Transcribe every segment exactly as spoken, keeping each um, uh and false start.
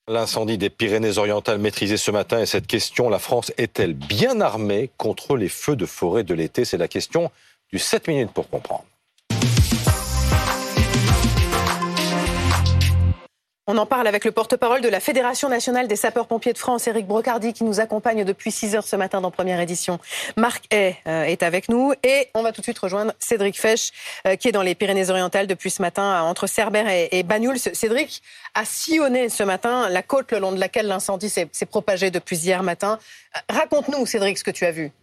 L'incendie des Pyrénées-Orientales maîtrisé ce matin et cette question, la France est-elle bien armée contre les feux de forêt de l'été? C'est la question du sept minutes pour comprendre. On en parle avec le porte-parole de la Fédération nationale des sapeurs-pompiers de France, Éric Brocardi, qui nous accompagne depuis six heures ce matin dans Première Édition. Marc Hay euh, est avec nous et on va tout de suite rejoindre Cédric Fesch, euh, qui est dans les Pyrénées-Orientales depuis ce matin, entre Cerbère et, et Banyuls. Cédric a sillonné ce matin la côte le long de laquelle l'incendie s'est, s'est propagé depuis hier matin. Raconte-nous, Cédric, ce que tu as vu.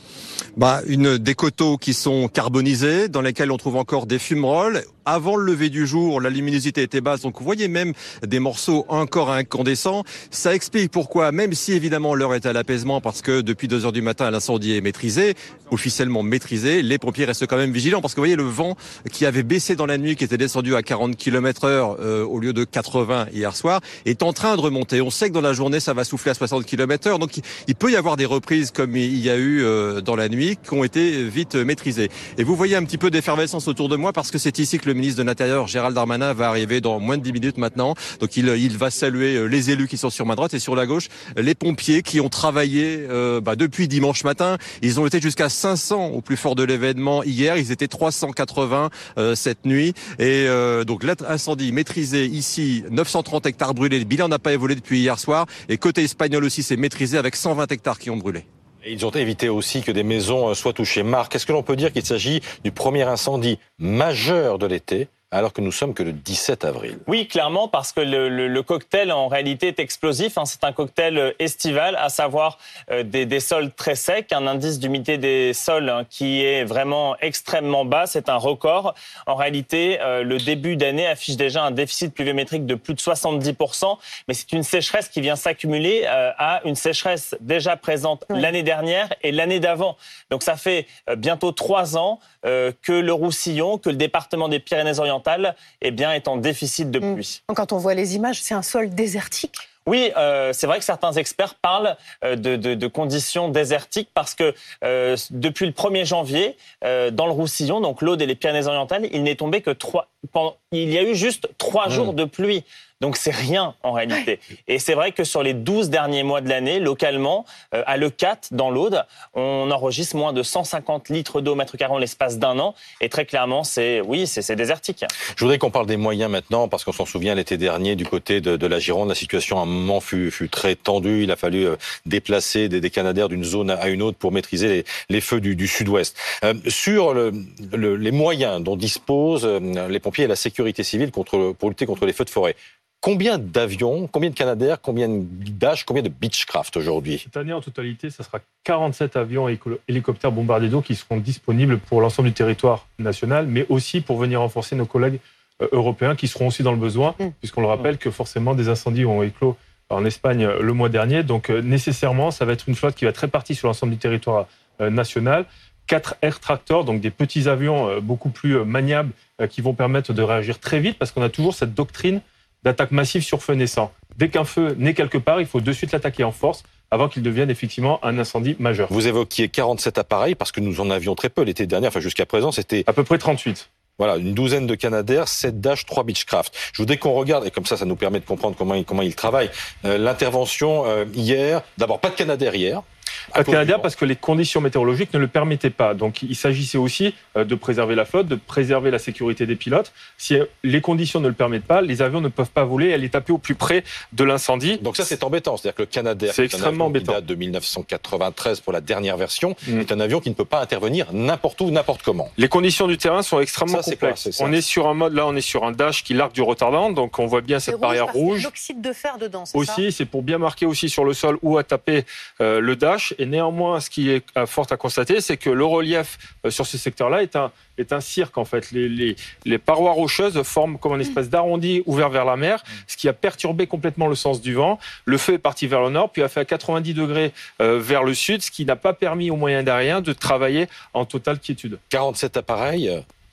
Bah, une, des coteaux qui sont carbonisés, dans lesquels on trouve encore des fumerolles. Avant le lever du jour, la luminosité était basse, donc vous voyez même des morceaux encore incandescents. Ça explique pourquoi, même si évidemment l'heure est à l'apaisement, parce que depuis deux heures du matin, l'incendie est maîtrisé, officiellement maîtrisé, les pompiers restent quand même vigilants, parce que vous voyez le vent qui avait baissé dans la nuit, qui était descendu à quarante kilomètres heure euh, au lieu de quatre-vingts hier soir, est en train de remonter. On sait que dans la journée, ça va souffler à soixante kilomètres heure, donc il peut y avoir des reprises comme il y a eu euh, dans la nuit, qui ont été vite maîtrisées. Et vous voyez un petit peu d'effervescence autour de moi, parce que c'est ici que le ministre de l'Intérieur, Gérald Darmanin, va arriver dans moins de dix minutes maintenant. Donc il, il va saluer les élus qui sont sur ma droite et sur la gauche, les pompiers qui ont travaillé euh, bah, depuis dimanche matin. Ils ont été jusqu'à cinq cents au plus fort de l'événement hier. Ils étaient trois cent quatre-vingts euh, cette nuit. Et euh, donc l'incendie maîtrisé ici, neuf cent trente hectares brûlés. Le bilan n'a pas évolué depuis hier soir. Et côté espagnol aussi, c'est maîtrisé avec cent vingt hectares qui ont brûlé. Et ils ont évité aussi que des maisons soient touchées. Marc, est-ce que l'on peut dire qu'il s'agit du premier incendie majeur de l'été, alors que nous sommes que le dix-sept avril? Oui, clairement, parce que le, le, le cocktail, en réalité, est explosif. Hein. C'est un cocktail estival, à savoir euh, des, des sols très secs, un indice d'humidité des sols hein, qui est vraiment extrêmement bas. C'est un record. En réalité, euh, le début d'année affiche déjà un déficit pluviométrique de plus de soixante-dix pour cent. Mais c'est une sécheresse qui vient s'accumuler euh, à une sécheresse déjà présente oui. l'année dernière et l'année d'avant. Donc ça fait euh, bientôt trois ans euh, que le Roussillon, que le département des Pyrénées-Orientales, eh bien, est en déficit de pluie. Mmh. Quand on voit les images, c'est un sol désertique. Oui, euh, c'est vrai que certains experts parlent euh, de, de, de conditions désertiques parce que euh, depuis le premier janvier, euh, dans le Roussillon, donc l'Aude et les Pyrénées-Orientales, il n'est tombé que trois. Pendant, il y a eu juste trois mmh. jours de pluie. Donc c'est rien en réalité. Et c'est vrai que sur les douze derniers mois de l'année, localement, euh, à Leucate, dans l'Aude, on enregistre moins de cent cinquante litres d'eau au mètre carré en l'espace d'un an. Et très clairement, c'est oui, c'est, c'est désertique. Je voudrais qu'on parle des moyens maintenant, parce qu'on s'en souvient l'été dernier, du côté de, de la Gironde, la situation à un moment fut, fut très tendue. Il a fallu euh, déplacer des, des canadaires d'une zone à une autre pour maîtriser les, les feux du, du sud-ouest. Euh, sur le, le, les moyens dont disposent euh, les pompiers et la sécurité civile contre, pour lutter contre les feux de forêt, combien d'avions, combien de canadaires, combien de Dash, combien de Beechcraft aujourd'hui? Cette année, en totalité, ça sera quarante-sept avions et hélicoptères bombardiers d'eau qui seront disponibles pour l'ensemble du territoire national, mais aussi pour venir renforcer nos collègues euh, européens qui seront aussi dans le besoin, mmh. puisqu'on le rappelle que forcément des incendies ont éclos en Espagne le mois dernier. Donc euh, nécessairement, ça va être une flotte qui va être répartie sur l'ensemble du territoire euh, national. Quatre Air Tractors, donc des petits avions euh, beaucoup plus euh, maniables euh, qui vont permettre de réagir très vite, parce qu'on a toujours cette doctrine d'attaque massive sur feu naissant. Dès qu'un feu naît quelque part, il faut de suite l'attaquer en force avant qu'il devienne effectivement un incendie majeur. Vous évoquiez quarante-sept appareils, parce que nous en avions très peu l'été dernier, enfin jusqu'à présent, c'était... À peu près trente-huit. Voilà, une douzaine de canadaires, sept Dash, trois Beechcraft. Je voudrais qu'on regarde, et comme ça, ça nous permet de comprendre comment, comment ils travaillent, euh, l'intervention euh, hier. D'abord, pas de canadaires hier. Pas de canadaires parce que les conditions météorologiques ne le permettaient pas. Donc il s'agissait aussi de préserver la flotte, de préserver la sécurité des pilotes. Si les conditions ne le permettent pas, les avions ne peuvent pas voler et aller taper au plus près de l'incendie. Donc ça, c'est embêtant. C'est-à-dire que le Canadair, c'est extrêmement embêtant. Qui date de dix-neuf cent quatre-vingt-treize pour la dernière version, mmh. est un avion qui ne peut pas intervenir n'importe où, n'importe comment. Les conditions du terrain sont extrêmement ça, complexes. C'est quoi, on est sur un mode, là, on est sur un Dash qui largue du Rotterdam, donc on voit bien c'est cette barrière rouge. Il y a l'oxyde de fer dedans, c'est aussi, ça c'est pour bien marquer aussi sur le sol où a tapé euh, le Dash. Et néanmoins, ce qui est fort à constater, c'est que le relief euh, sur ce secteur-là est un, est un cirque, en fait. Les, les, les parois rocheuses forment comme une espèce d'arrondi ouvert vers la mer, ce qui a perturbé complètement le sens du vent. Le feu est parti vers le nord, puis a fait à quatre-vingt-dix degrés euh, vers le sud, ce qui n'a pas permis aux moyens aériens de travailler en totale quiétude. quarante-sept appareils,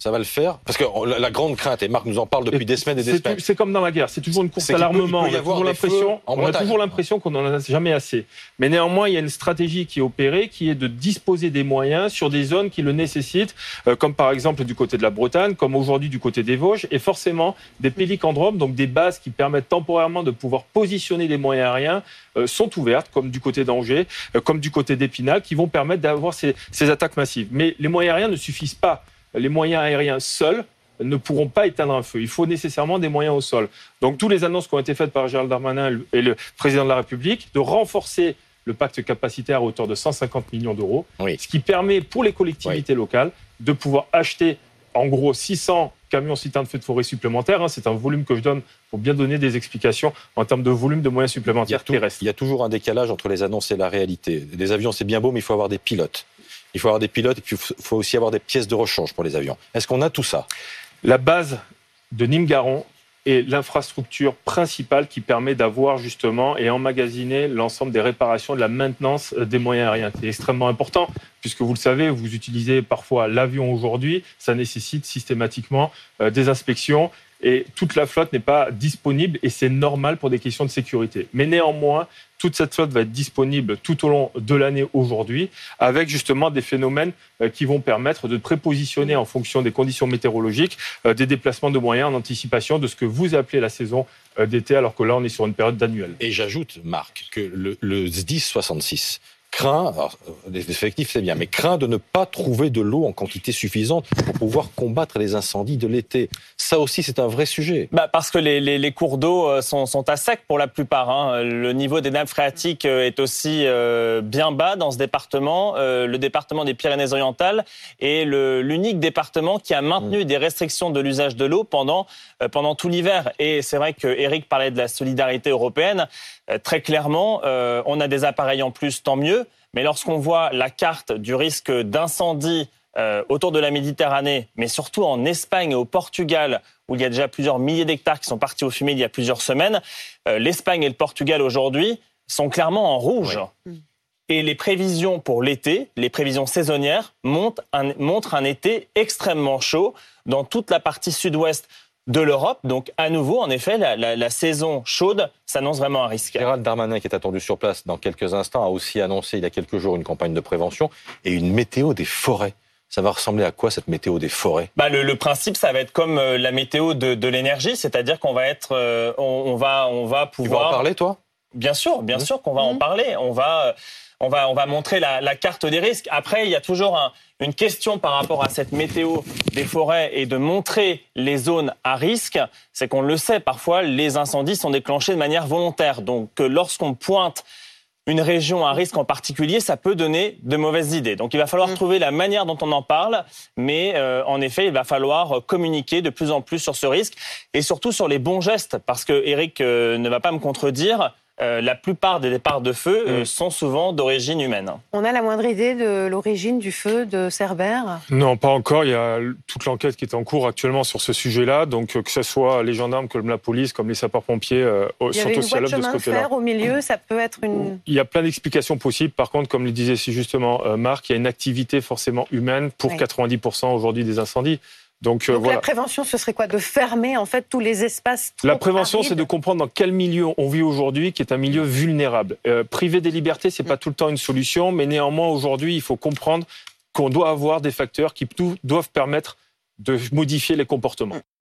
Ça va le faire? Parce que la, la grande crainte, et Marc nous en parle depuis et des semaines et des semaines. C'est comme dans la guerre, c'est toujours une course à l'armement. On a toujours l'impression, on a toujours l'impression qu'on n'en a jamais assez. Mais néanmoins, il y a une stratégie qui est opérée, qui est de disposer des moyens sur des zones qui le nécessitent, euh, comme par exemple du côté de la Bretagne, comme aujourd'hui du côté des Vosges, et forcément des pélicandromes, donc des bases qui permettent temporairement de pouvoir positionner des moyens aériens, euh, sont ouvertes, comme du côté d'Angers, euh, comme du côté d'Épinal, qui vont permettre d'avoir ces, ces attaques massives. Mais les moyens aériens ne suffisent pas. Les moyens aériens seuls ne pourront pas éteindre un feu. Il faut nécessairement des moyens au sol. Donc, toutes les annonces qui ont été faites par Gérald Darmanin et le président de la République de renforcer le pacte capacitaire à hauteur de cent cinquante millions d'euros, oui. Ce qui permet pour les collectivités oui. locales de pouvoir acheter en gros six cents camions citernes de feux de forêt supplémentaires. C'est un volume que je donne pour bien donner des explications en termes de volume de moyens supplémentaires terrestres. Il y a toujours un décalage entre les annonces et la réalité. Les avions, c'est bien beau, mais il faut avoir des pilotes. Il faut avoir des pilotes et puis il faut aussi avoir des pièces de rechange pour les avions. Est-ce qu'on a tout ça? La base de Nîmes-Garons est l'infrastructure principale qui permet d'avoir justement et emmagasiner l'ensemble des réparations, de la maintenance des moyens aériens. C'est extrêmement important puisque vous le savez, vous utilisez parfois l'avion aujourd'hui, ça nécessite systématiquement euh, des inspections et toute la flotte n'est pas disponible et c'est normal pour des questions de sécurité. Mais néanmoins, toute cette flotte va être disponible tout au long de l'année aujourd'hui avec justement des phénomènes qui vont permettre de prépositionner en fonction des conditions météorologiques des déplacements de moyens en anticipation de ce que vous appelez la saison d'été alors que là on est sur une période d'annuel. Et j'ajoute, Marc, que le, le S dix soixante-six craint, alors, les effectifs c'est bien, mais craint de ne pas trouver de l'eau en quantité suffisante pour pouvoir combattre les incendies de l'été. Ça aussi c'est un vrai sujet. Bah parce que les, les, les cours d'eau sont, sont à sec pour la plupart. Hein. Le niveau des nappes phréatiques est aussi euh, bien bas dans ce département. Euh, le département des Pyrénées-Orientales est le, l'unique département qui a maintenu mmh. des restrictions de l'usage de l'eau pendant, euh, pendant tout l'hiver. Et c'est vrai que Éric parlait de la solidarité européenne. Euh, très clairement, euh, on a des appareils en plus, tant mieux. Mais lorsqu'on voit la carte du risque d'incendie euh, autour de la Méditerranée, mais surtout en Espagne et au Portugal, où il y a déjà plusieurs milliers d'hectares qui sont partis au fumier il y a plusieurs semaines, euh, l'Espagne et le Portugal aujourd'hui sont clairement en rouge. Oui. Et les prévisions pour l'été, les prévisions saisonnières, montrent un, montrent un été extrêmement chaud dans toute la partie sud-ouest de l'Europe. Donc, à nouveau, en effet, la, la, la saison chaude s'annonce vraiment un risque. Gérald Darmanin, qui est attendu sur place dans quelques instants, a aussi annoncé il y a quelques jours une campagne de prévention et une météo des forêts. Ça va ressembler à quoi, cette météo des forêts? Bah, le, le principe, ça va être comme euh, la météo de, de l'énergie, c'est-à-dire qu'on va être, euh, on, on va, on va pouvoir... Tu vas en parler, toi? Bien sûr, bien mmh. sûr qu'on va mmh. en parler. On va... Euh, On va, on va montrer la, la carte des risques. Après, il y a toujours un, une question par rapport à cette météo des forêts et de montrer les zones à risque. C'est qu'on le sait, parfois, les incendies sont déclenchés de manière volontaire. Donc, lorsqu'on pointe une région à risque en particulier, ça peut donner de mauvaises idées. Donc, il va falloir mmh. trouver la manière dont on en parle. Mais euh, en effet, il va falloir communiquer de plus en plus sur ce risque et surtout sur les bons gestes. Parce que Éric euh, ne va pas me contredire. Euh, la plupart des départs de feu euh, mmh. sont souvent d'origine humaine. On a la moindre idée de l'origine du feu de Cerbère? Non, pas encore. Il y a toute l'enquête qui est en cours actuellement sur ce sujet-là. Donc, que ce soit les gendarmes, comme la police, comme les sapeurs-pompiers, euh, sont aussi à l'œuvre de ce côté-là. Il y avait une voie de chemin de fer au milieu, ça peut être une... Il y a plein d'explications possibles. Par contre, comme le disait si justement euh, Marc, il y a une activité forcément humaine pour oui. quatre-vingt-dix pour cent aujourd'hui des incendies. Donc, euh, Donc voilà. La prévention, ce serait quoi? De fermer en fait tous les espaces trop La prévention, arides. C'est de comprendre dans quel milieu on vit aujourd'hui, qui est un milieu vulnérable. Euh, priver des libertés, c'est mmh. pas tout le temps une solution, mais néanmoins aujourd'hui, il faut comprendre qu'on doit avoir des facteurs qui doivent permettre de modifier les comportements.